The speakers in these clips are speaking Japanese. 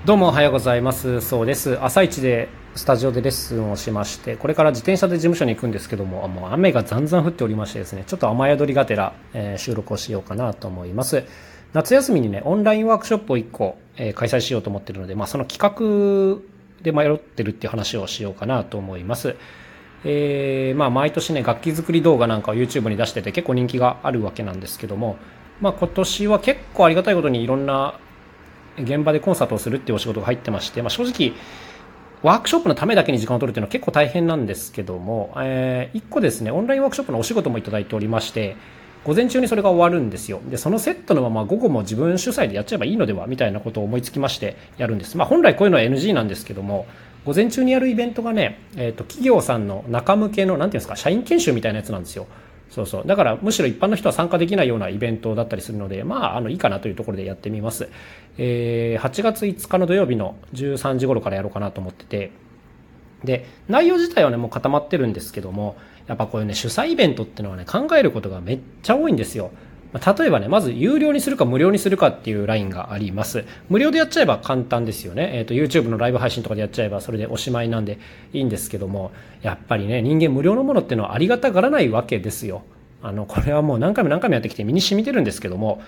どうもおはようございます。そうです。朝一でスタジオでレッスンをしまして、これから自転車で事務所に行くんですけども、もう雨がざんざん降っておりましてですね、ちょっと雨宿りがてら、収録をしようかなと思います。夏休みにね、オンラインワークショップを1個、開催しようと思ってるので、その企画で迷ってるっていう話をしようかなと思います。毎年ね、楽器作り動画なんかを YouTube に出してて結構人気があるわけなんですけども、今年は結構ありがたいことにいろんな現場でコンサートをするっていうお仕事が入ってまして、正直ワークショップのためだけに時間を取るっていうのは結構大変なんですけども、一個ですね、オンラインワークショップのお仕事もいただいておりまして、午前中にそれが終わるんですよ。で、そのセットのまま午後も自分主催でやっちゃえばいいのではみたいなことを思いつきましてやるんです。本来こういうのは NG なんですけども、午前中にやるイベントがね、企業さんの中向けの、なんていうんですか、社員研修みたいなやつなんですよ。そうそう。だからむしろ一般の人は参加できないようなイベントだったりするので、いいかなというところでやってみます。8月5日の土曜日の13時頃からやろうかなと思ってて、で、内容自体はね、もう固まってるんですけども、やっぱこういうね、主催イベントっていうのはね、考えることがめっちゃ多いんですよ。例えばね、まず有料にするか無料にするかっていうラインがあります。無料でやっちゃえば簡単ですよね。YouTube のライブ配信とかでやっちゃえばそれでおしまいなんでいいんですけども、やっぱりね、人間無料のものっていうのはありがたがらないわけですよ。これはもう何回も何回もやってきて身に染みてるんですけども、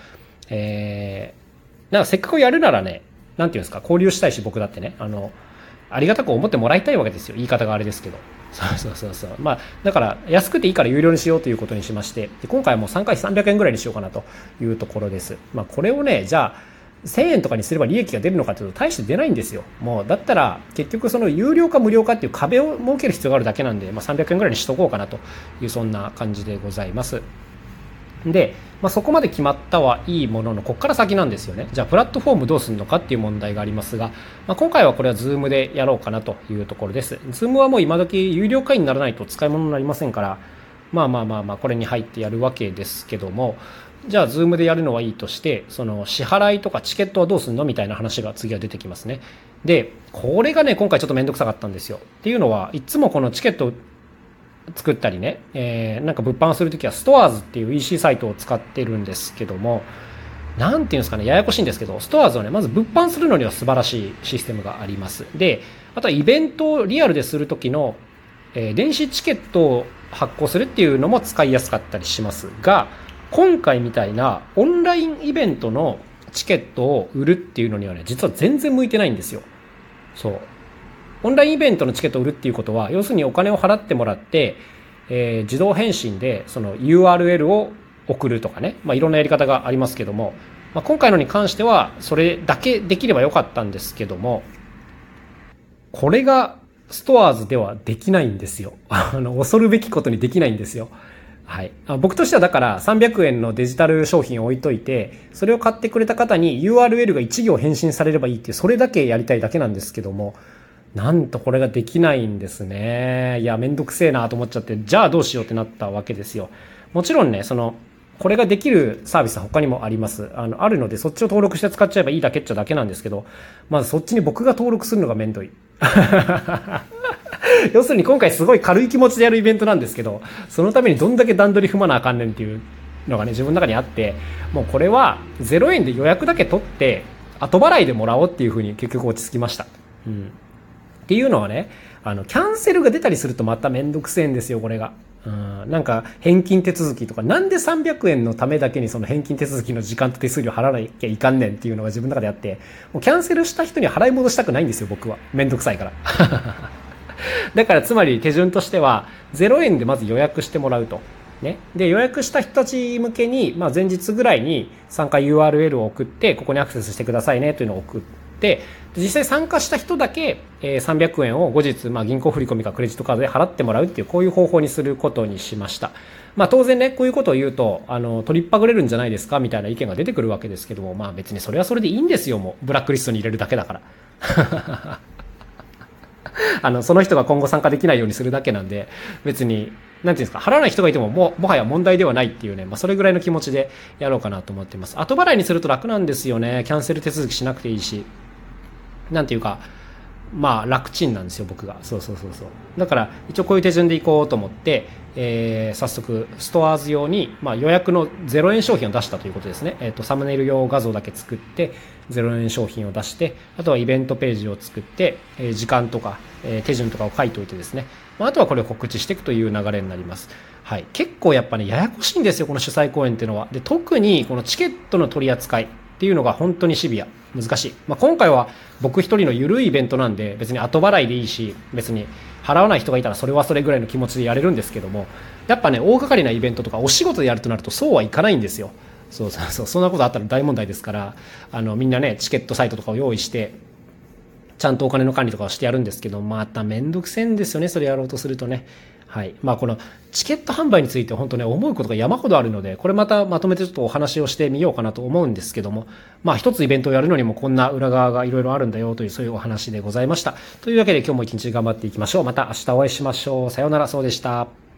なんかせっかくやるならね、なんていうんですか、交流したいし僕だってね、ありがたく思ってもらいたいわけですよ。言い方があれですけど。そう。だから安くていいから有料にしようということにしまして、で今回はもう3回300円ぐらいにしようかなというところです。これをね、じゃあ、1000円とかにすれば利益が出るのかというと大して出ないんですよ。もうだったら結局その有料か無料かっていう壁を設ける必要があるだけなんで、300円ぐらいにしとこうかなというそんな感じでございます。で、そこまで決まったはいいものの、ここから先なんですよね。じゃあプラットフォームどうするのかっていう問題がありますが、今回はこれは Zoom でやろうかなというところです。Zoom はもう今時有料会員にならないと使い物になりませんから、これに入ってやるわけですけども、じゃあ Zoom でやるのはいいとして、その支払いとかチケットはどうするのみたいな話が次は出てきますね。で、これがね、今回ちょっとめんどくさかったんですよ。っていうのは、いつもこのチケット作ったりね、なんか物販するときはストアーズっていう EC サイトを使ってるんですけども、なんていうんですかね、ややこしいんですけど、ストアーズをね、まず物販するのには素晴らしいシステムがあります。で、あとはイベントをリアルでするときの、電子チケットを発行するっていうのも使いやすかったりしますが、今回みたいなオンラインイベントのチケットを売るっていうのにはね、実は全然向いてないんですよ。そう。オンラインイベントのチケットを売るっていうことは、要するにお金を払ってもらって、自動返信でその URL を送るとかね、いろんなやり方がありますけども、今回のに関してはそれだけできればよかったんですけども、これがストアーズではできないんですよ。恐るべきことにできないんですよ。はい。僕としてはだから300円のデジタル商品を置いといて、それを買ってくれた方に URL が1行返信されればいいっていう、それだけやりたいだけなんですけども、なんとこれができないんですね。いや、めんどくせえなと思っちゃって、じゃあどうしようってなったわけですよ。もちろんね、これができるサービスは他にもあります。あるので、そっちを登録して使っちゃえばいいだけっちゃだけなんですけど、まずそっちに僕が登録するのがめんどい。要するに今回すごい軽い気持ちでやるイベントなんですけど、そのためにどんだけ段取り踏まなあかんねんっていうのがね、自分の中にあって、もうこれは0円で予約だけ取って、後払いでもらおうっていう風に結局落ち着きました。っていうのはね、キャンセルが出たりするとまためんどくせえんですよ、これが。なんか返金手続きとか、なんで300円のためだけにその返金手続きの時間と手数料払わなきゃいかんねんっていうのが自分の中であって、もうキャンセルした人に払い戻したくないんですよ、僕は。めんどくさいから。だからつまり手順としては、0円でまず予約してもらうと。ね。で、予約した人たち向けに、前日ぐらいに参加 URL を送って、ここにアクセスしてくださいねというのを送って、実際参加した人だけ300円を後日銀行振込かクレジットカードで払ってもらうっていうこういう方法にすることにしました。当然ねこういうことを言うと取りっぱぐれるんじゃないですかみたいな意見が出てくるわけですけども、別にそれはそれでいいんですよ。もうブラックリストに入れるだけだからその人が今後参加できないようにするだけなんで、別になんていうんですか、払わない人がいてももはや問題ではないっていうね、それぐらいの気持ちでやろうかなと思っています。後払いにすると楽なんですよね。キャンセル手続きしなくていいし、なんていうか楽ちんなんですよ僕が。そうだから一応こういう手順でいこうと思って、 早速ストアーズ用に、予約の0円商品を出したということですね。サムネイル用画像だけ作って0円商品を出して、あとはイベントページを作って、時間とか、手順とかを書いておいてですね、あとはこれを告知していくという流れになります。はい、結構やっぱねややこしいんですよ、この主催公演っていうのは。で、特にこのチケットの取り扱いっていうのが本当にシビア、難しい。今回は僕一人の緩いイベントなんで、別に後払いでいいし、別に払わない人がいたらそれはそれぐらいの気持ちでやれるんですけども、やっぱね大掛かりなイベントとかお仕事でやるとなるとそうはいかないんですよ。そんなことあったら大問題ですから、みんなねチケットサイトとかを用意してちゃんとお金の管理とかをしてやるんですけど、まためんどくせえんですよね、それやろうとするとね。はい。このチケット販売について本当ね、思うことが山ほどあるので、これまたまとめてちょっとお話をしてみようかなと思うんですけども、一つイベントをやるのにもこんな裏側がいろいろあるんだよという、そういうお話でございました。というわけで今日も一日頑張っていきましょう。また明日お会いしましょう。さようなら、そうでした。